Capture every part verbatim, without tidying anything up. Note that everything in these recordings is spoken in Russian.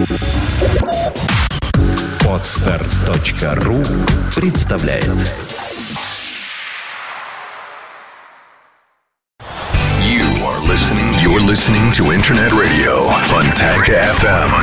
Подстер точка ру представляет. You are listening. You're listening to Internet Radio Fontanka эф эм.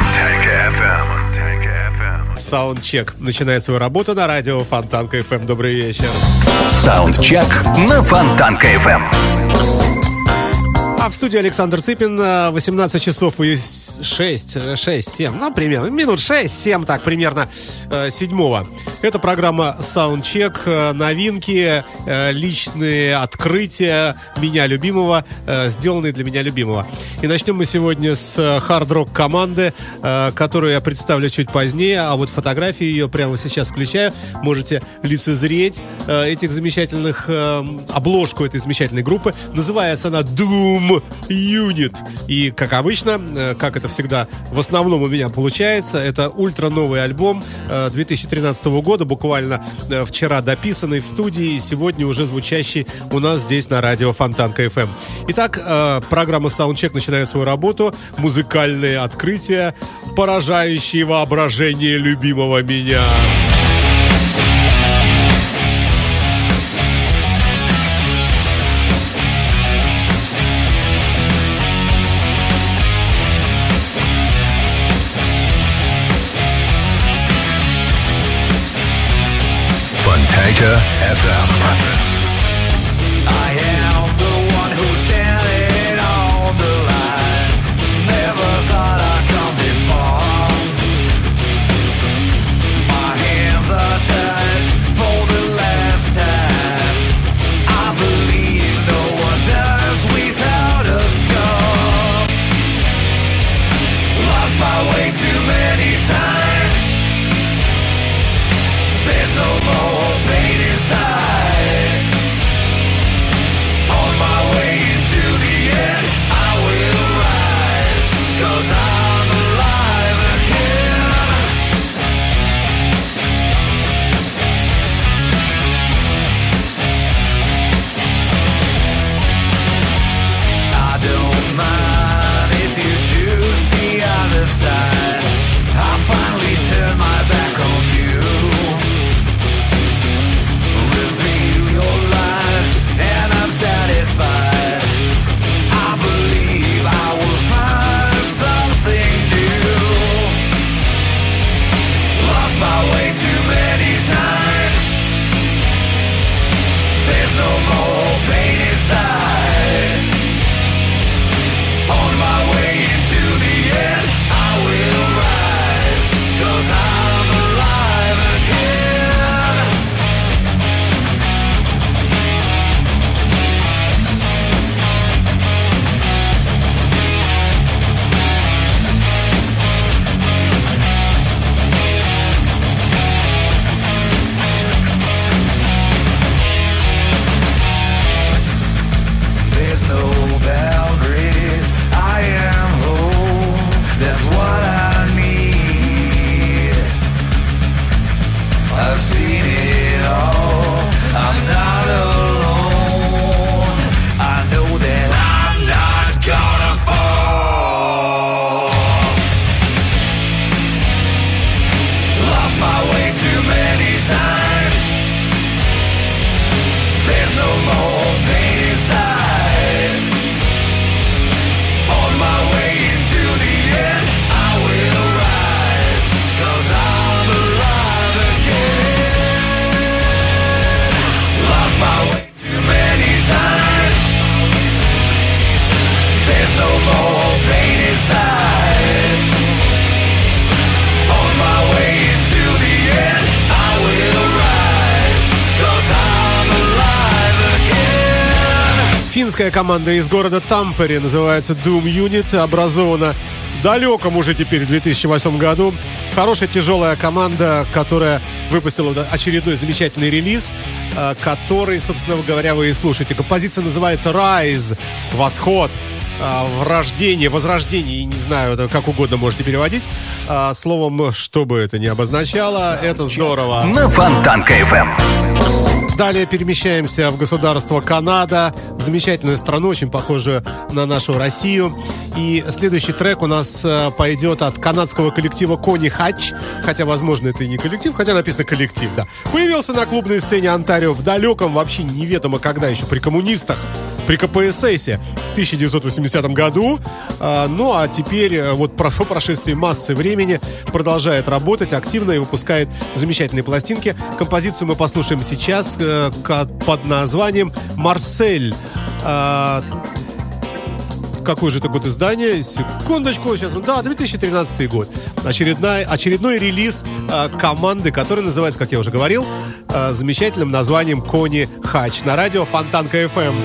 Саундчек начинает свою работу на радио Фонтанка эф эм. Добрый вечер. Саундчек на Фонтанка эф эм. А в студии Александр Цыпин. Восемнадцать часов и шесть, шесть, семь, ну, примерно, минут шесть-семь, так, примерно, э, седьмого. Это программа Саундчек, новинки, э, личные открытия меня любимого, э, сделанные для меня любимого. И начнем мы сегодня с хард-рок команды, э, которую я представлю чуть позднее, а вот фотографии ее прямо сейчас включаю. Можете лицезреть э, этих замечательных, э, обложку этой замечательной группы. Называется она Doom Unit. И, как обычно, э, как это всегда в основном у меня получается, это ультра новый альбом э, две тысячи тринадцатого года, буквально э, вчера дописанный в студии, и сегодня уже звучащий у нас здесь на радио Фонтанка эф эм. Итак, э, программа Soundcheck начинает свою работу. Музыкальные открытия, поражающие воображение любимого меня. Fontanka эф эм. I am the one who's standing on the line. Never thought I'd come this far. My hands are tied for the last time. I believe no one does without a scar. Lost my way too many times. There's no more pain inside. On my way into the end, I will rise, 'cause I'm alive again. I don't mind if you choose the other side. I finally turn my back on you. Satisfied. I believe I will find something new. Lost my way too many times. There's no more pain inside. On my way into the end, I will rise, 'cause I'm alive again. No boundaries, I am home. That's what I need. I've seen it all. I'm not alone. I know that I'm not gonna fall. Lost my way too many times. There's no more pain inside. My way into the end, I will rise, 'cause I'm alive again. Lost my way too many times. There's no more pain inside. On my way into the end, I will rise, 'cause I'm alive again. Финская команда из города Тампере, называется Doom Unit, образована в далеком уже теперь в две тысячи восьмом году. Хорошая тяжелая команда, которая выпустила очередной замечательный релиз, который, собственно говоря, вы и слушаете. Композиция называется Rise, Восход, Врождение, Возрождение, не знаю, это как угодно можете переводить. Словом, что бы это ни обозначало, это здорово. На Фонтанка эф эм. Далее перемещаемся в государство Канада. Замечательную страну, очень похожую на нашу Россию. И следующий трек у нас э, пойдет от канадского коллектива Кони Хач. Хотя, возможно, это и не коллектив, хотя написано коллектив, да. Появился на клубной сцене Онтарио в далеком, вообще неведомо когда еще, при коммунистах, при ка пэ эс эсе в тысяча девятьсот восьмидесятом году. А, ну, а теперь, вот по прошествии массы времени, продолжает работать активно и выпускает замечательные пластинки. Композицию мы послушаем сейчас э, под названием «Марсель». А, какой же это год издания? Секундочку, сейчас. Да, две тысячи тринадцатый год. Очередной, очередной релиз э, команды, который называется, как я уже говорил, э, замечательным названием Кони Хач. На радио Фонтанка эф эм.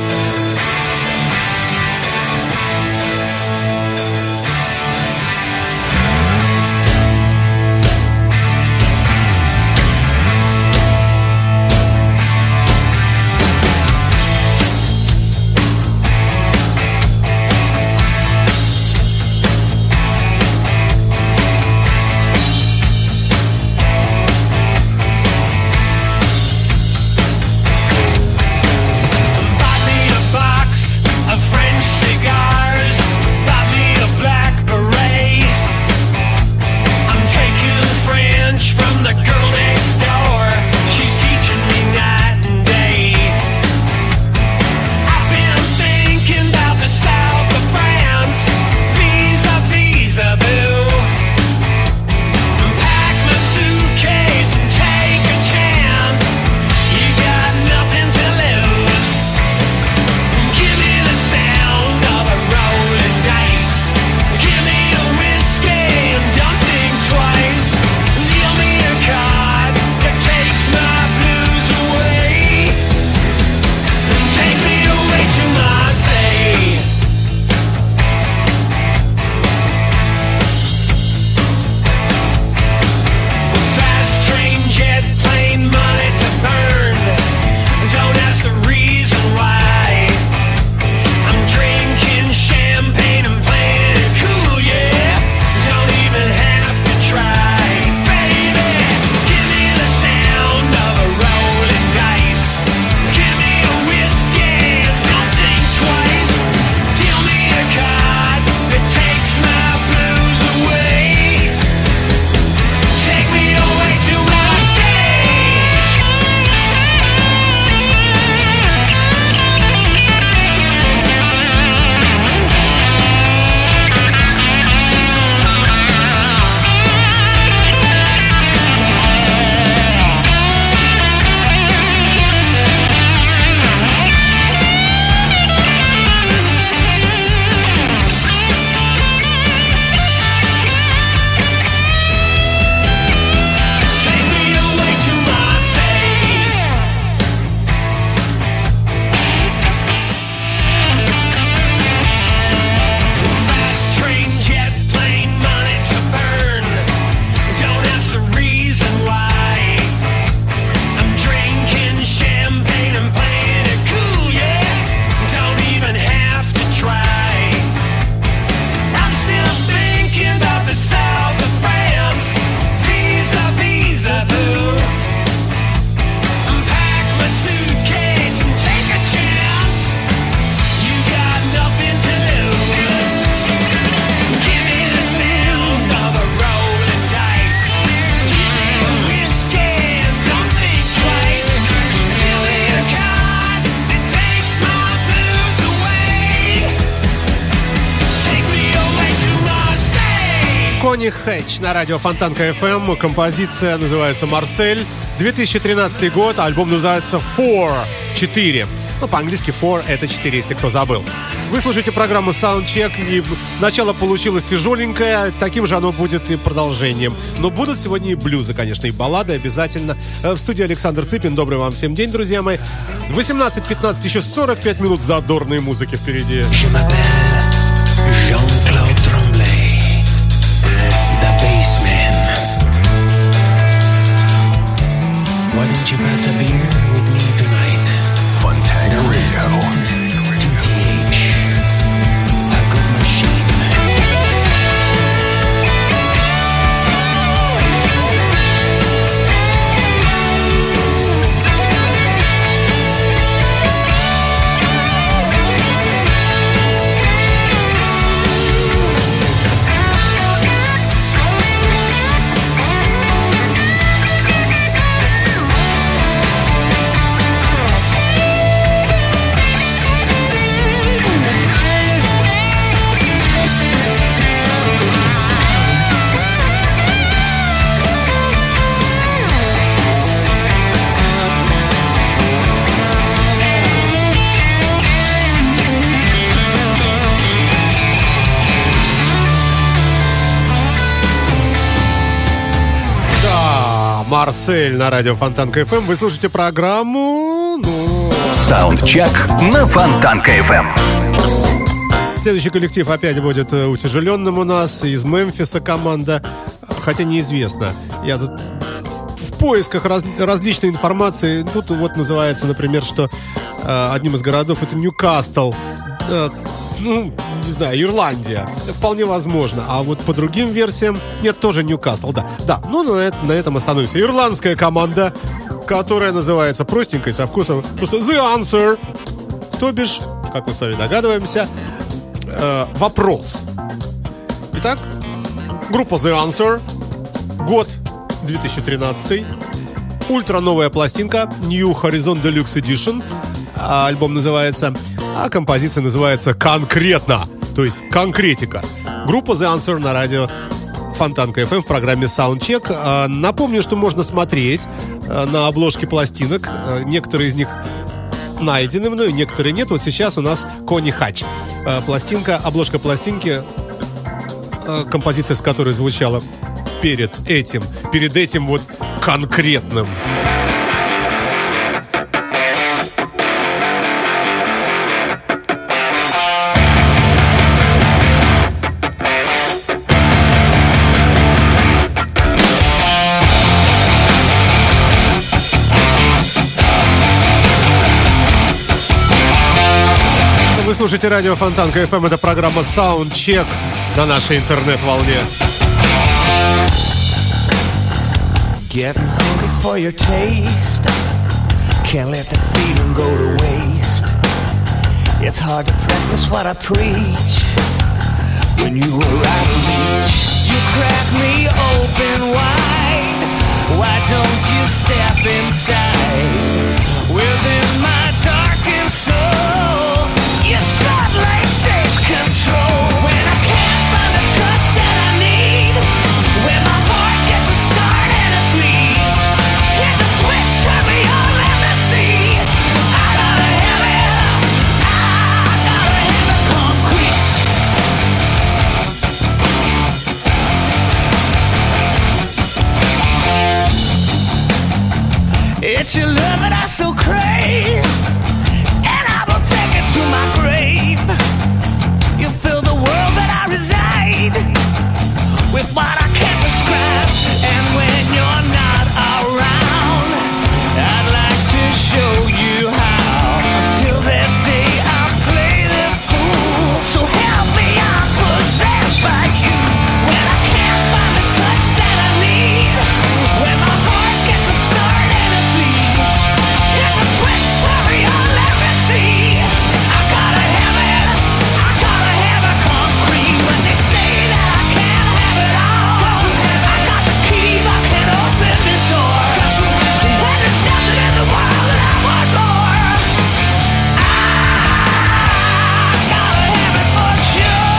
Кони Хач на радио Фонтанка эф эм. Композиция называется «Марсель». две тысячи тринадцатый год. Альбом называется «Four». четыре. Ну, по-английски «Four» — это четыре, если кто забыл. Вы слушаете программу Soundcheck. И начало получилось тяжеленькое. Таким же оно будет и продолжением. Но будут сегодня и блюзы, конечно, и баллады обязательно. В студии Александр Цыпин. Добрый вам всем день, друзья мои. восемнадцать пятнадцать, еще сорок пять минут задорной музыки впереди. Jean-Claude Tremblay, The Bassman. Why don't you pass a beer with me tonight? Fontanka Radio. T T H, a good machine. Марсель на радио Фонтанка эф эм. Вы слушаете программу, ну... Саундчек на Фонтанка эф эм. Следующий коллектив опять будет утяжеленным у нас. Из Мемфиса команда, хотя неизвестно. Я тут в поисках раз, различной информации. Тут вот называется, например, что э, одним из городов это Ньюкасл. Э, ну, не знаю, Ирландия. Вполне возможно. А вот по другим версиям... Нет, тоже Ньюкасл, да. Да, ну на, на этом остановимся. Ирландская команда, которая называется простенькой, со вкусом просто The Answer. То бишь, как мы с вами догадываемся, э, вопрос. Итак, группа The Answer. Год две тысячи тринадцатый. Ультра новая пластинка New Horizon Deluxe Edition. А альбом называется... А композиция называется «Конкретно», то есть «Конкретика». Группа The Answer на радио Фонтанка эф эм в программе Soundcheck. Напомню, что можно смотреть на обложке пластинок. Некоторые из них найдены мной, некоторые нет. Вот сейчас у нас Кони Хач. Пластинка, обложка пластинки, композиция с которой звучала перед этим, перед этим вот конкретным. Вы слушаете радио Фонтанка эф эм. Это программа Soundcheck на нашей интернет-волне. Getting hungry for your taste. Can't let the feeling go to waste. It's hard to practice what I preach when you were out of reach. You crack me open wide. Why don't you step inside? Within my darkened soul, your spotlight takes control. When I can't find the touch that I need, when my heart gets a start and it bleeds, hit the switch, turn me on, let me see. I gotta have it, I gotta have it concrete. It's your love that I so crave, and I will take it to my grave. You fill the world that I reside with what I can't describe. And when you're not around, I'd like to show you how. Until that day I'll play the fool. So help me, I'm possessed by you. When I can't find the touch that I need, when my heart gets a start and it bleeds, hit the switch, turn me on, let me see. I gotta have it, I gotta have it concrete. When they say that I can't have it all, I got the key, I can open the door. When there's nothing in the world that I want more, I gotta have it for sure.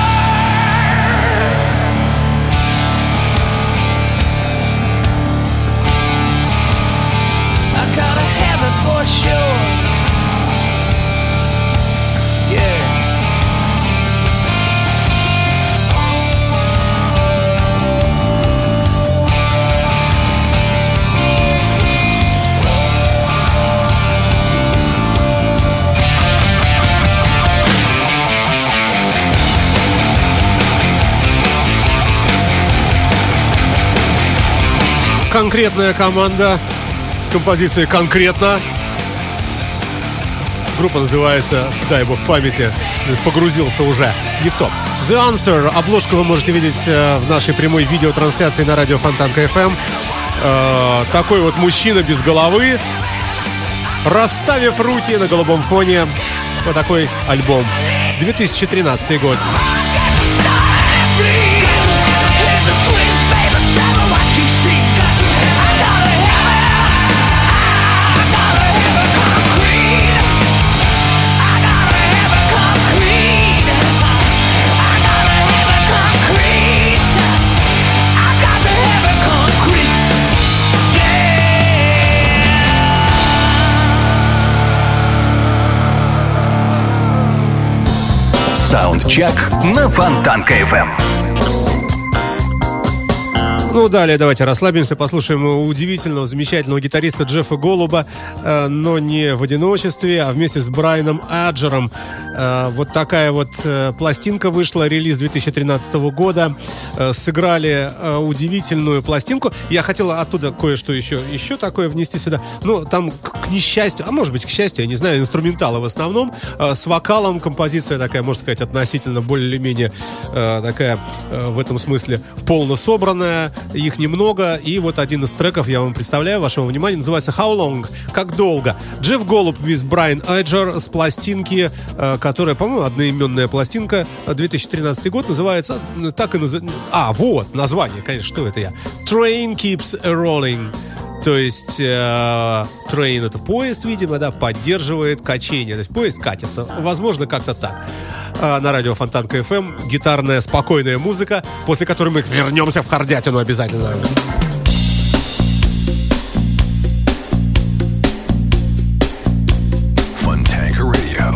I gotta have it for sure. Yeah. Конкретная команда с композицией «Конкретно». Группа называется, дай бог памяти, погрузился уже не в то. The Answer. Обложку вы можете видеть в нашей прямой видеотрансляции на радио Фонтанка эф эм. Э, такой вот мужчина без головы, расставив руки на голубом фоне. Вот такой альбом. две тысячи тринадцатый год. Саундчек на Фонтанка эф эм. Ну Ну, далее давайте расслабимся, послушаем удивительного, замечательного гитариста Джеффа Голуба, э, но не в одиночестве, а вместе с Брайаном Аджером. Э, вот такая вот э, пластинка вышла, релиз две тысячи тринадцатого года. Э, сыграли э, удивительную пластинку. Я хотел оттуда кое-что еще, еще такое внести сюда. Ну, там, к, к несчастью, а может быть, к счастью, я не знаю, инструменталы в основном, э, с вокалом. Композиция такая, можно сказать, относительно более-менее э, такая, э, в этом смысле, полно собранная. Их немного, и вот один из треков я вам представляю вашему вниманию, называется «How Long?», «Как долго?». Джефф Голуб with Брайан Аджер с пластинки, э, которая, по-моему, одноименная пластинка, две тысячи тринадцатый год, называется, так и называется, а, вот, название, конечно, что это я, «Train Keeps a Rolling». То есть э, train — это поезд, видимо, да, поддерживает качение. То есть поезд катится. Возможно, как-то так. Э, на радио Фонтанка эф эм гитарная, спокойная музыка, после которой мы вернемся в хардятину обязательно. Фонтанка Radio.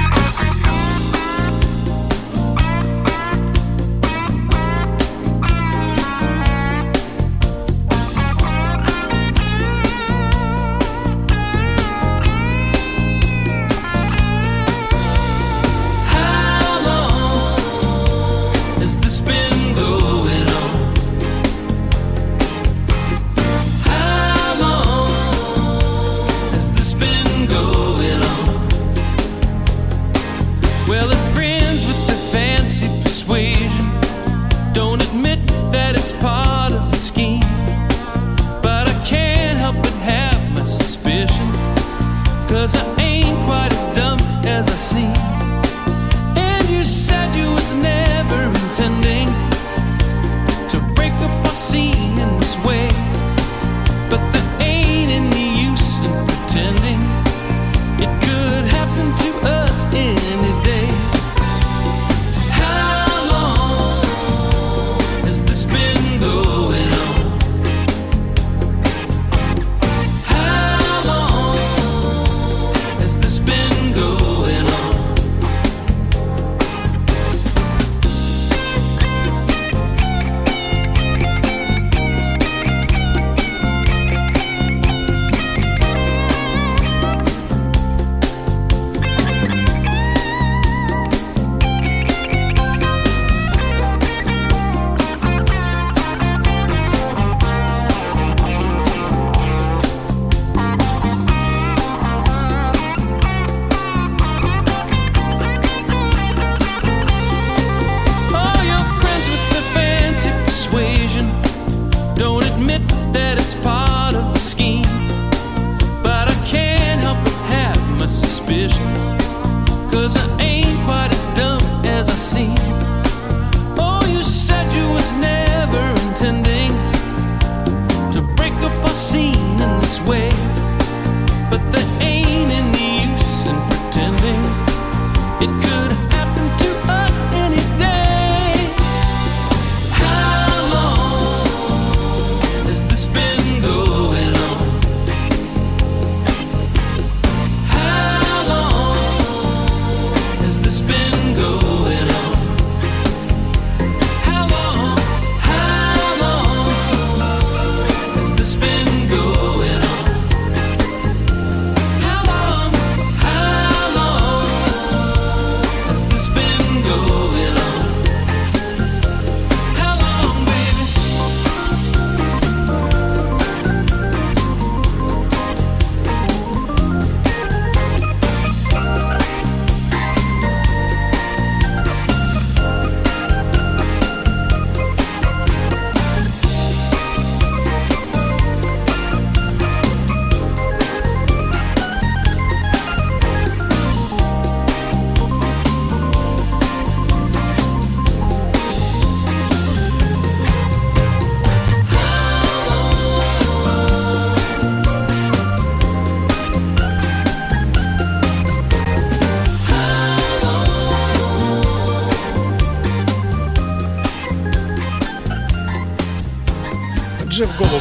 Джефф Голуб.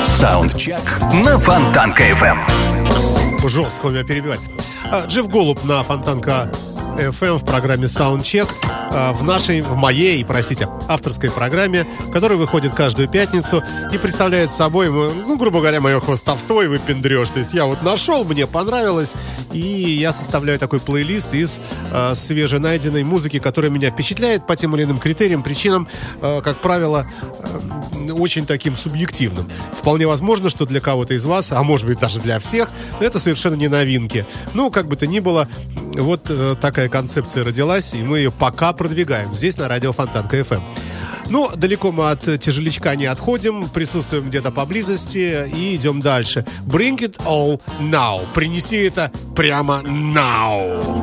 Саундчек на Фонтанка эф эм. Жестко меня перебивать. Джефф Голуб на Фонтанка эф эм в программе Soundcheck. э, в нашей, в моей, простите, авторской программе, которая выходит каждую пятницу и представляет собой, ну, грубо говоря, мое хвастовство и выпендрёж. То есть я вот нашел, мне понравилось, и я составляю такой плейлист из э, свеженайденной музыки, которая меня впечатляет по тем или иным критериям, причинам, э, как правило, э, очень таким субъективным. Вполне возможно, что для кого-то из вас, а может быть даже для всех, это совершенно не новинки. Ну, как бы то ни было, вот э, такая концепция родилась, и мы ее пока продвигаем здесь на радио Фонтанка эф эм. Ну, далеко мы от тяжелячка не отходим, присутствуем где-то поблизости и идем дальше. Bring it all now. Принеси это прямо now.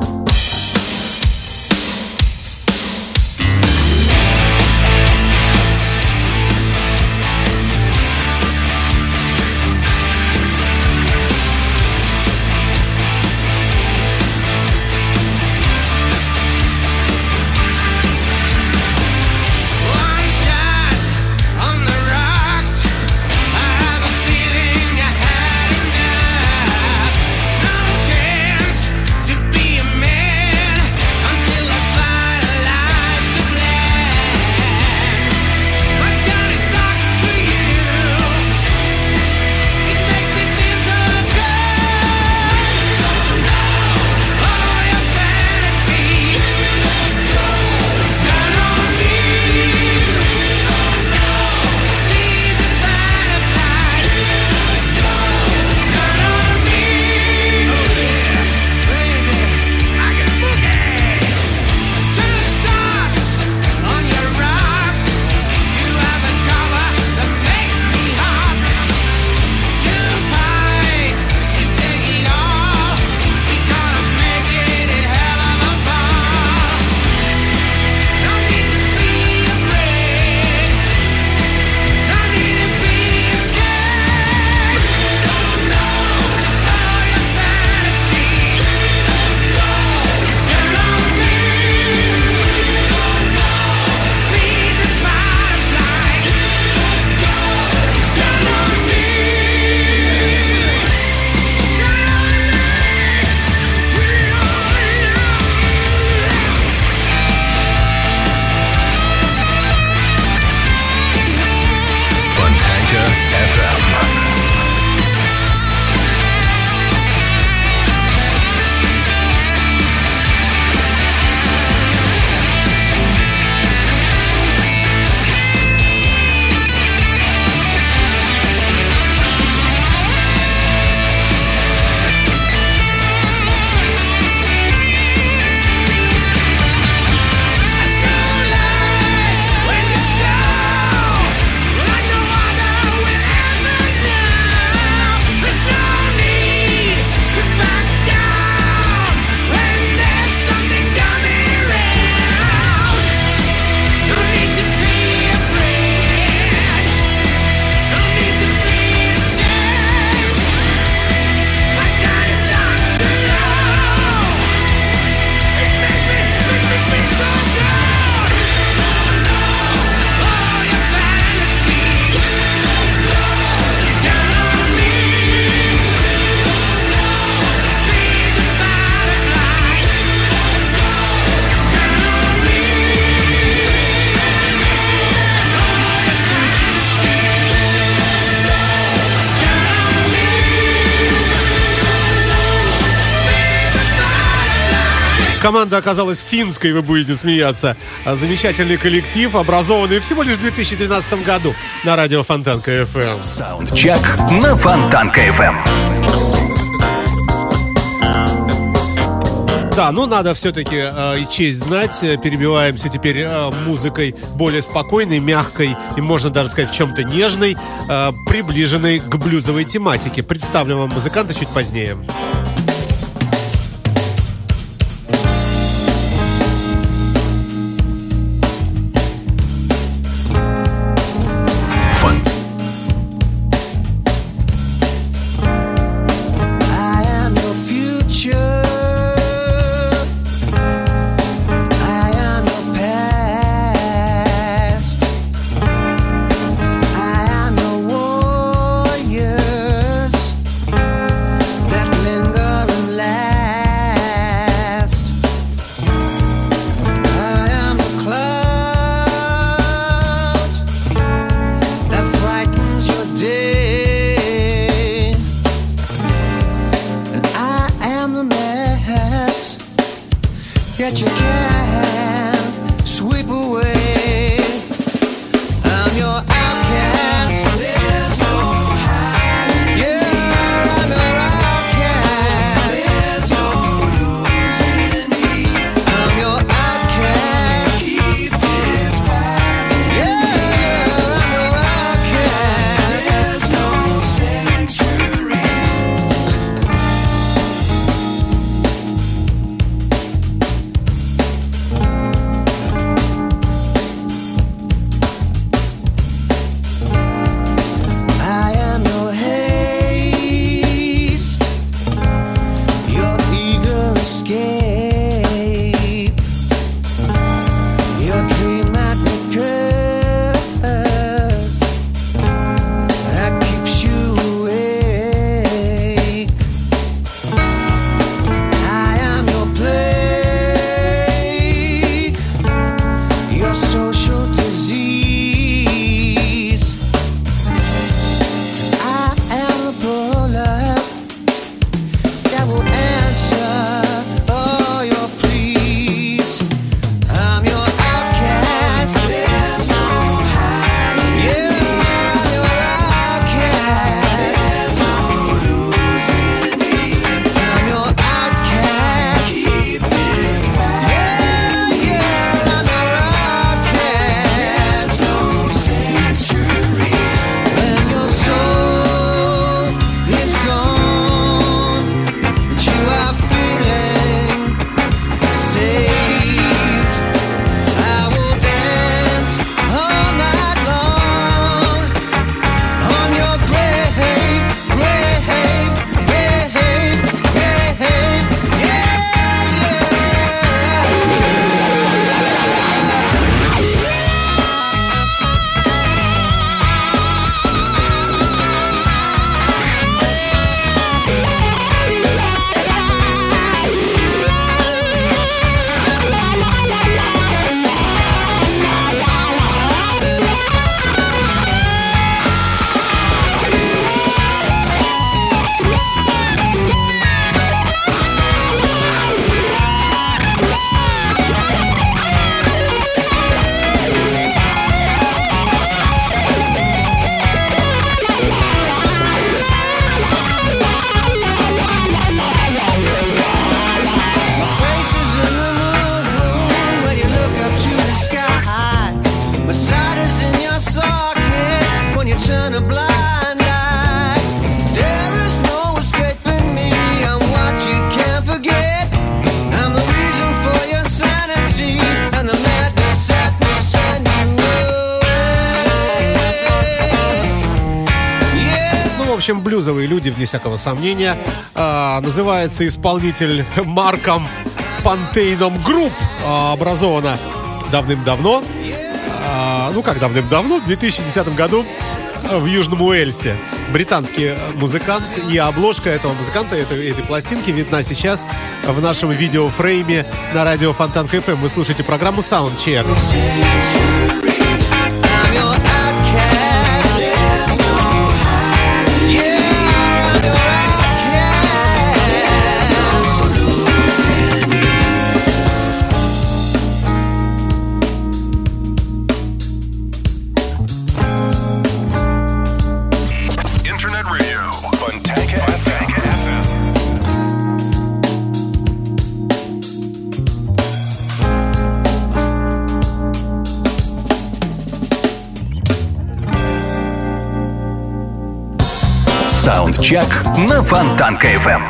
Команда оказалась финской, вы будете смеяться. Замечательный коллектив, образованный всего лишь в две тысячи тринадцатом году на радио Фонтанка эф эм. Саундчек на Фонтанка эф эм. Да, ну надо все-таки э, и честь знать. Перебиваемся теперь э, музыкой более спокойной, мягкой и, можно даже сказать, в чем-то нежной, э, приближенной к блюзовой тематике. Представлю вам музыканта чуть позднее. That общем, блюзовые люди, вне всякого сомнения. А, называется исполнитель Марком Пантейном Групп. А, образована давным-давно. А, ну, как давным-давно? В две тысячи десятом году в Южном Уэльсе. Британский музыкант. И обложка этого музыканта, этой, этой пластинки видна сейчас в нашем видеофрейме на радио Фонтанка эф эм. Вы слушаете программу Soundcheck. Саундчек на Фонтанка эф эм.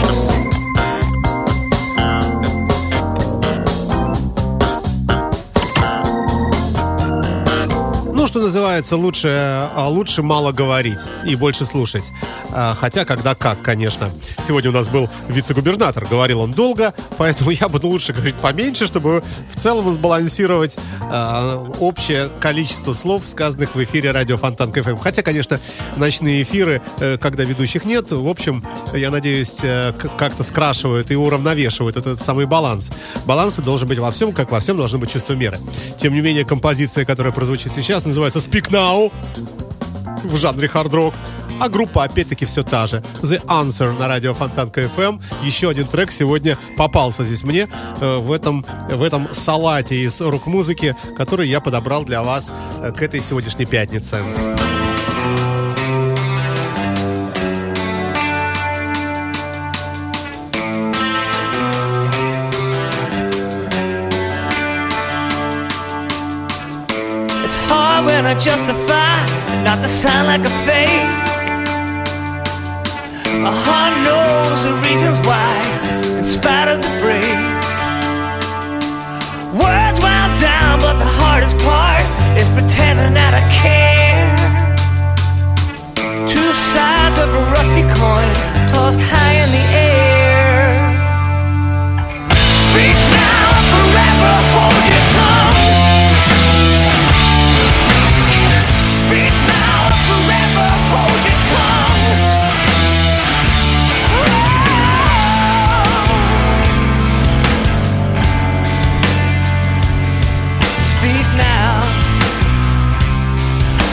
Ну, что называется, лучше, лучше мало говорить и больше слушать. Хотя, когда как, конечно. Сегодня у нас был вице-губернатор. Говорил он долго, поэтому я буду лучше говорить поменьше, чтобы в целом сбалансировать э, общее количество слов, сказанных в эфире радио Фонтанка эф эм. Хотя, конечно, ночные эфиры, э, когда ведущих нет, в общем, я надеюсь, э, как-то скрашивают и уравновешивают этот самый баланс. Баланс должен быть во всем, как во всем должно быть чувство меры. Тем не менее, композиция, которая прозвучит сейчас, называется «Speak Now» в жанре хард-рок. А группа, опять-таки, все та же. The Answer на радио Фонтанка эф эм. Еще один трек сегодня попался здесь мне э, в, этом, в этом салате из рок-музыки, который я подобрал для вас э, к этой сегодняшней пятнице. It's hard when I justify not to sound like a fake. My heart knows the reasons why, in spite of the break. Words wound down, but the hardest part is pretending that I care. Two sides of a rusty coin, tossed high in the air. Speak now or forever hold your tongue. Speak now or forever hold your tongue. Speak now.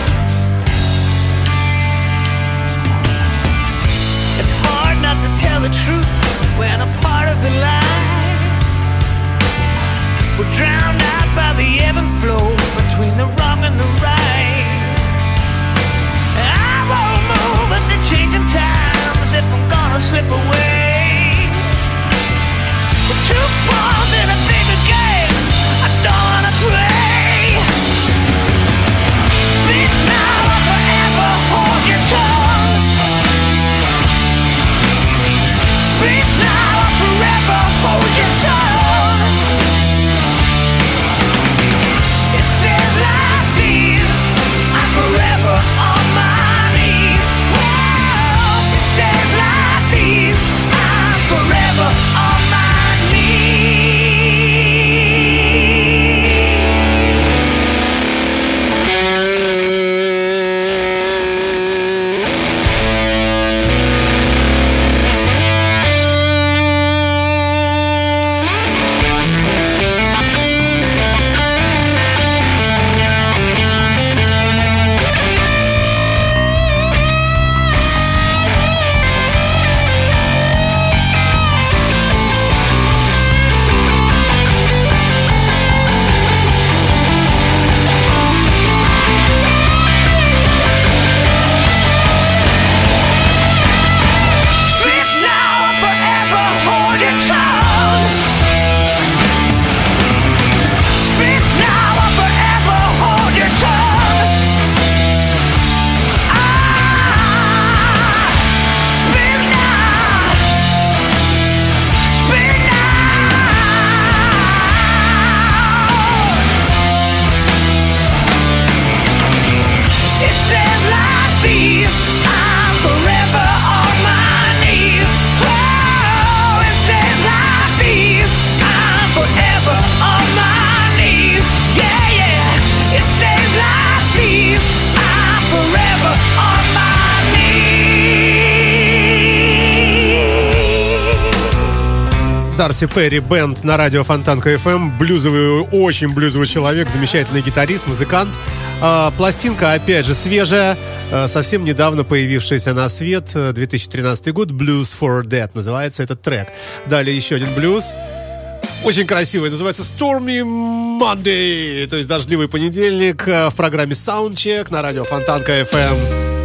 Дарси Перри Бэнд на радио Фонтанка эф эм. Блюзовый, очень блюзовый человек, замечательный гитарист, музыкант. А, пластинка, опять же, свежая, а, совсем недавно появившаяся на свет, две тысячи тринадцатый год, Blues for Dead называется этот трек. Далее еще один блюз, очень красивый, называется Stormy Monday, то есть дождливый понедельник, в программе Soundcheck на радио Фонтанка эф эм.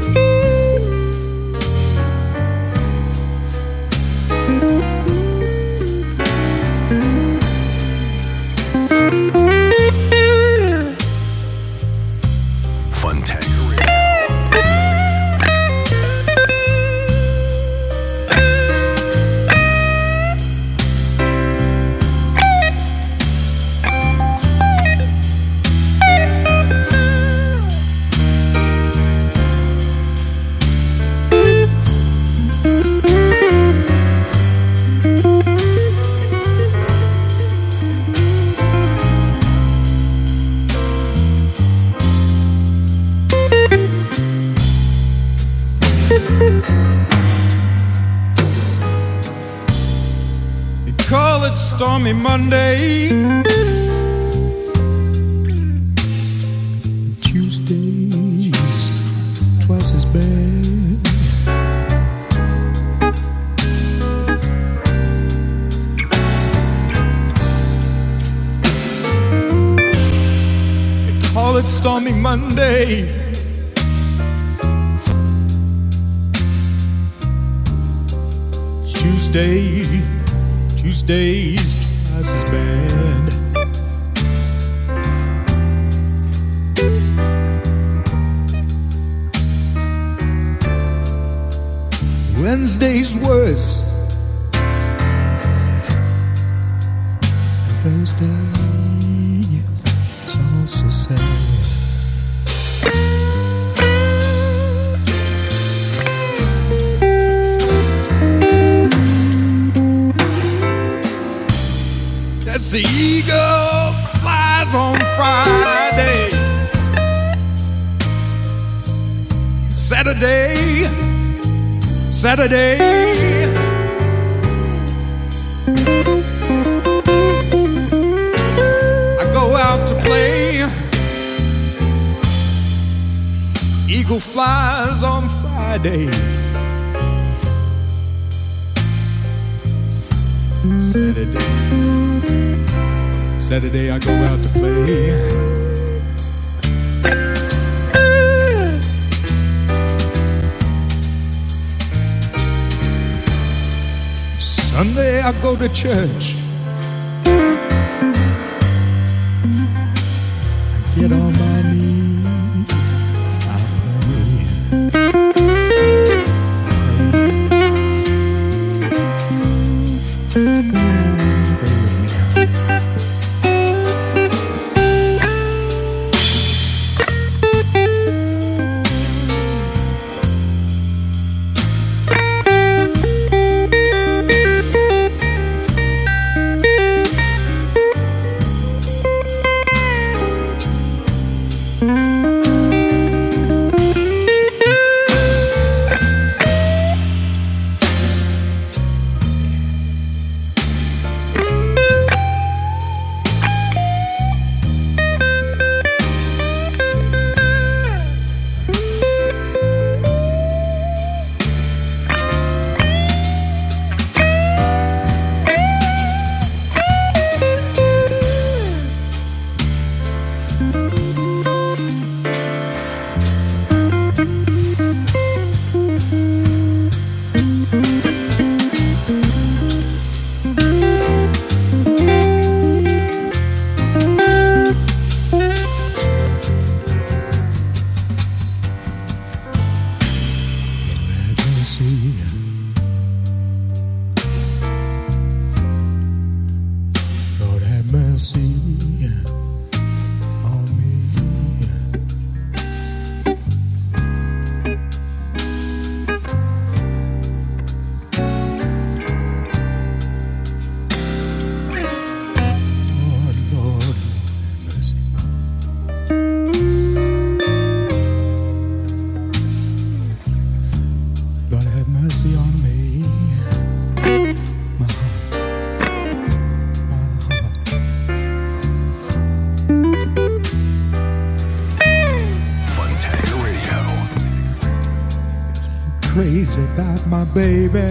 Stormy Monday, Tuesdays twice as bad. They call it Stormy Monday. Tuesday, Tuesdays twice as bad. Wednesday's worse. Thursday is also sad. The eagle flies on Friday, Saturday, Saturday. I go out to play. Eagle flies on Friday, Saturday. Saturday I go out to play. Sunday I go to church. I get on my knees. I pray. crazy about my baby.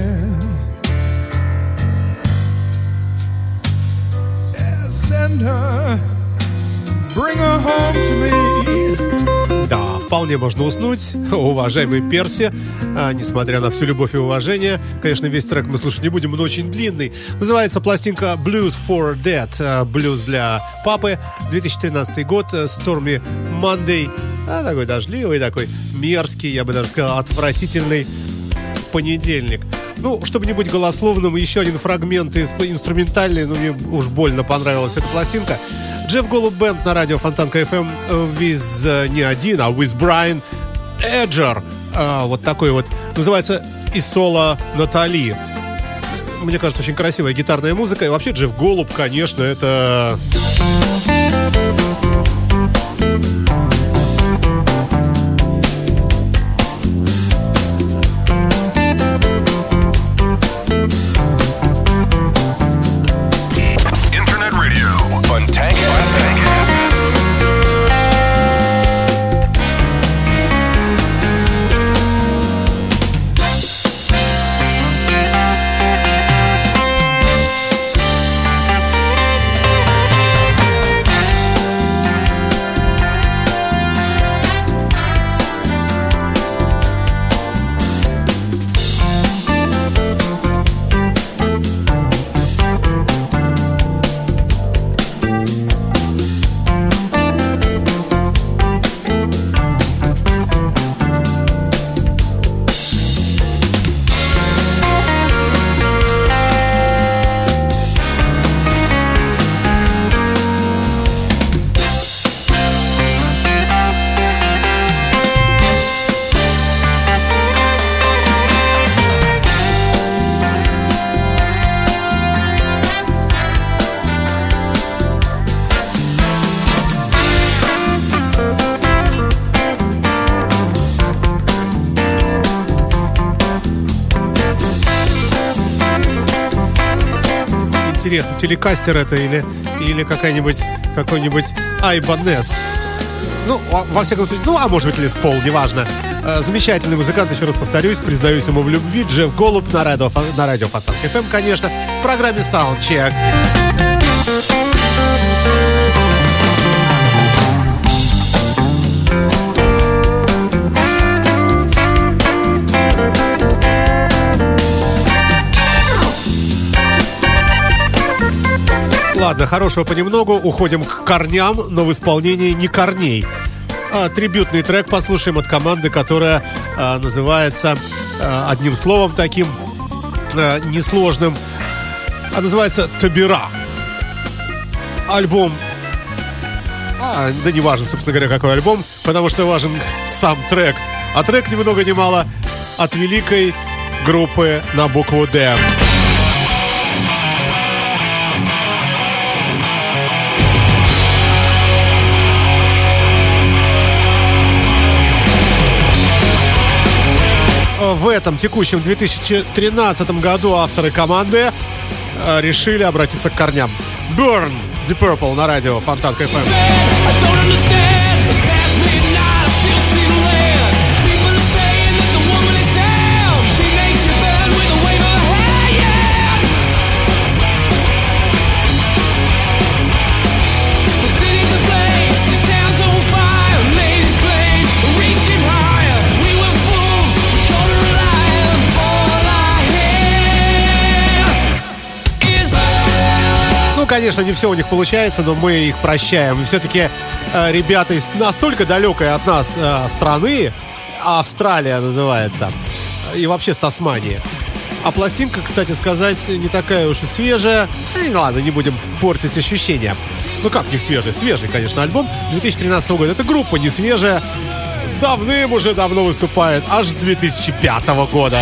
Yeah, send her, bring her home to me. Да, вполне можно уснуть, уважаемый Перси, а, несмотря на всю любовь и уважение. Конечно, весь трек мы слушать не будем, он очень длинный. Называется пластинка Blues for Dad, блюз для папы, две тысячи тринадцатый год, Stormy Monday, а, такой дождливый, такой мерзкий, я бы даже сказал, отвратительный понедельник. Ну, чтобы не быть голословным, еще один фрагмент инструментальный, но мне уж больно понравилась эта пластинка. Джефф Голуб Бенд на радио Фонтанка эф эм with, uh, не один, а with Brian Edger. Uh, вот такой вот. Называется «И соло Натали». Мне кажется, очень красивая гитарная музыка. И вообще Джефф Голуб, конечно, это... Интересно, телекастер это или, или какая-нибудь какой-нибь Ibanez. Ну, во всяком случае, ну, а может быть, Лес Пол, неважно. Э, замечательный музыкант, еще раз повторюсь, признаюсь ему в любви. Джефф Голуб на радио, на радио Фонтанка эф эм, конечно, в программе Soundcheck. Ладно, хорошего понемногу, уходим к корням, но в исполнении не корней. А, трибютный трек послушаем от команды, которая а, называется а, одним словом таким а, несложным, а называется «Табира». Альбом, а, да не важно, собственно говоря, какой альбом, потому что важен сам трек. А трек ни много ни мало от великой группы на букву «Д». В этом текущем две тысячи тринадцатом году авторы команды э, решили обратиться к корням. Burn Deep Purple на радио Фонтанка эф эм. Конечно, не все у них получается, но мы их прощаем. Все-таки э, ребята из настолько далекой от нас э, страны, Австралия называется, и вообще с Тасмании. А пластинка, кстати сказать, не такая уж и свежая. И ладно, не будем портить ощущения. Ну как не свежий? Свежий, конечно, альбом две тысячи тринадцатого года. Эта группа не свежая. Давным уже давно выступает, аж с две тысячи пятого года.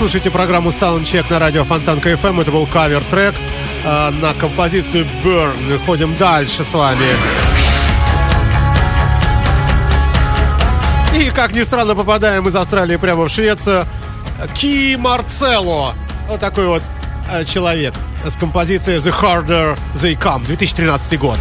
слушаете программу Soundcheck на радио Фонтанка эф эм. Это был кавер-трек э, на композицию Burn. Ходим дальше с вами. И, как ни странно, попадаем из Австралии прямо в Швецию. Ки Марцелло. Вот такой вот э, человек с композицией The Harder They Come. две тысячи тринадцатый год.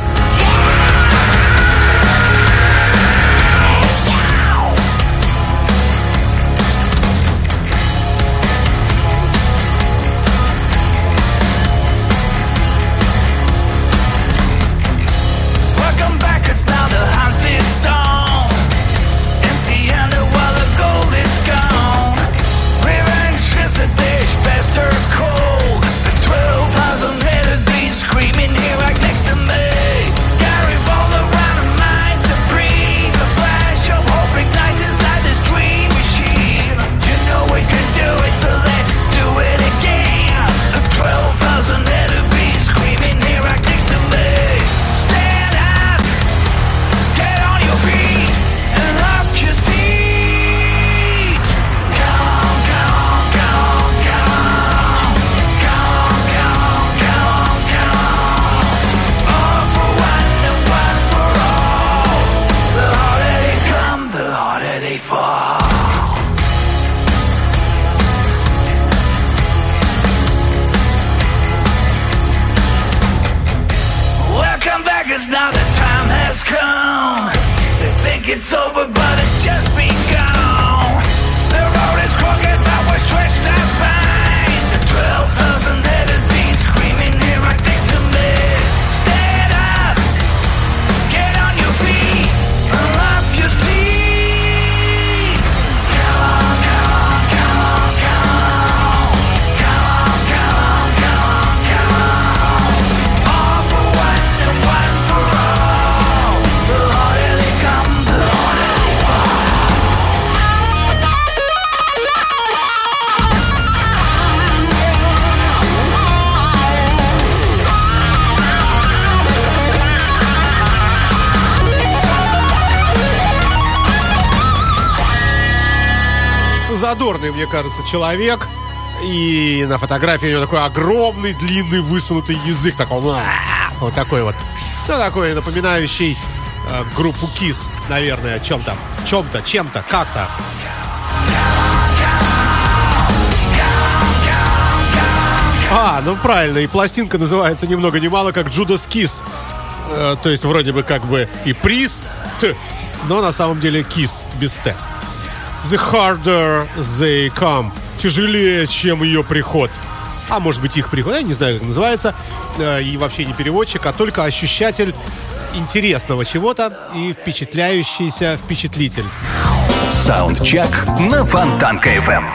Задорный, мне кажется, человек. И на фотографии у него такой огромный, длинный, высунутый язык. Такой, вот такой вот. Ну, такой напоминающий э, группу Kiss, наверное, о чем-то. В чем-то, чем-то, как-то. А, ну правильно, и пластинка называется ни много ни мало как Judas Kiss. Э, то есть вроде бы как бы и приз, т, но на самом деле Kiss без Т. The harder they come. Тяжелее, чем ее приход. А может быть их приход, я не знаю, как называется. И вообще не переводчик, а только ощущатель интересного чего-то и впечатляющийся впечатлитель. Саундчек на Фонтанка эф эм.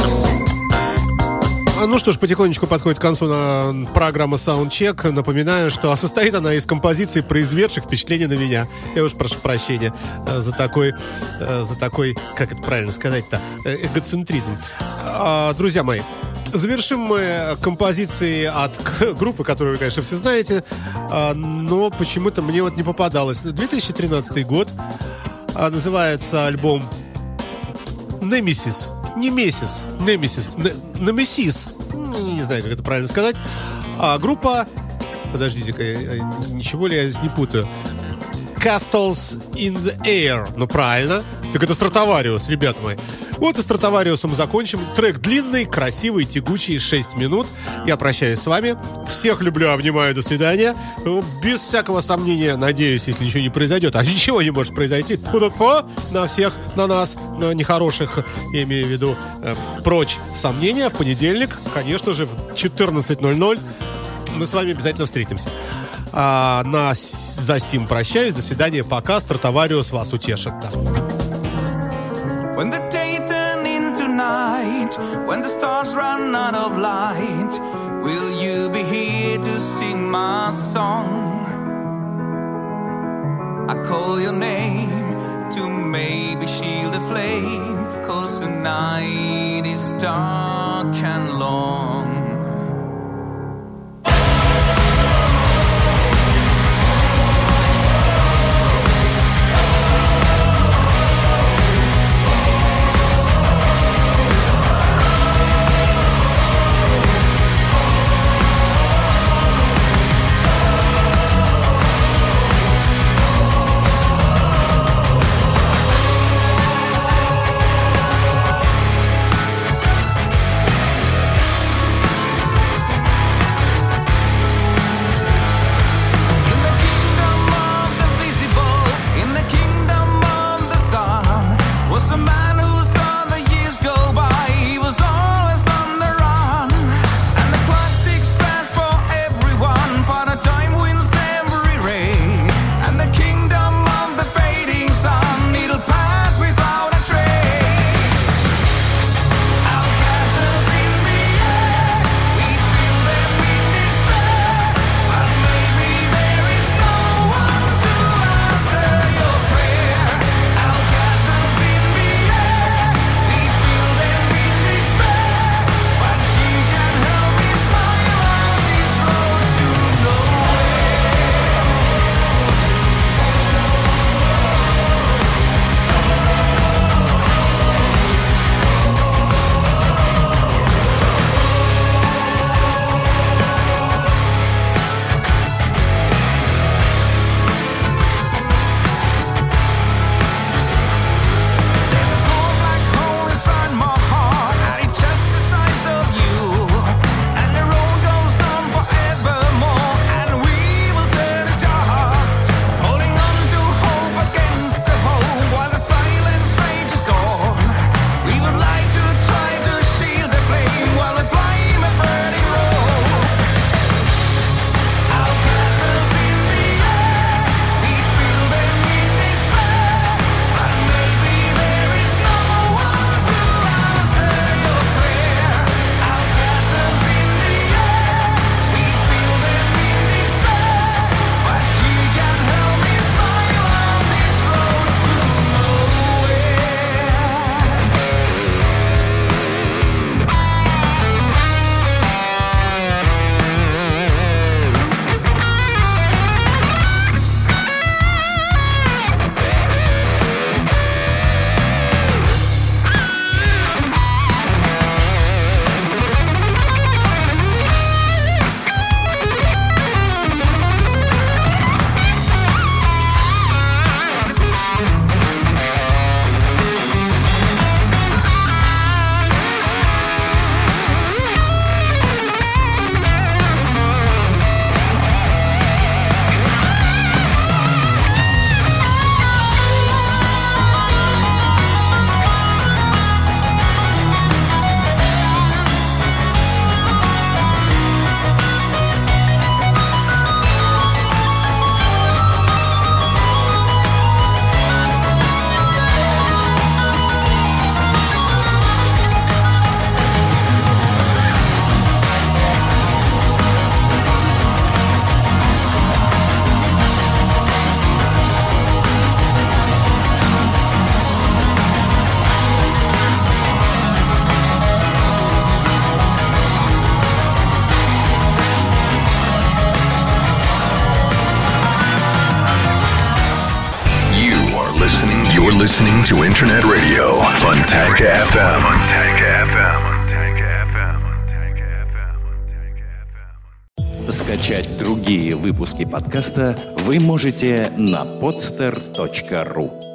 Ну что ж, потихонечку подходит к концу на программа Soundcheck. Напоминаю, что состоит она из композиций, произведших впечатление на меня. Я уж прошу прощения за такой, за такой, как это правильно сказать-то, эгоцентризм. Друзья мои, завершим мы композиции от группы, которую вы, конечно, все знаете, но почему-то мне вот не попадалось. две тысячи тринадцатый год, называется альбом «Немесис». Немесис, Немесис, Немесис, не знаю, как это правильно сказать. А группа, подождите-ка, ничего ли я не путаю? Castles in the Air, ну правильно. Так это Стратовариус, ребята мои. Вот и Стратовариусом закончим. Трек длинный, красивый, тягучий, шесть минут. Я прощаюсь с вами. Всех люблю, обнимаю, до свидания. Без всякого сомнения, надеюсь, если ничего не произойдет. А ничего не может произойти. Фу-фу, на всех, на нас, на нехороших, я имею в виду, э, прочь сомнения. В понедельник, конечно же, в четырнадцать ноль ноль мы с вами обязательно встретимся. А на, за сим прощаюсь. До свидания, пока. Стратовариус вас утешит. Да. When the day turn into night, when the stars run out of light, will you be here to sing my song? I call your name to maybe shield the flame, 'cause the night is dark and long. listening to Internet Radio, Fontanka эф эм. Скачать другие выпуски подкаста вы можете на podster точка ру.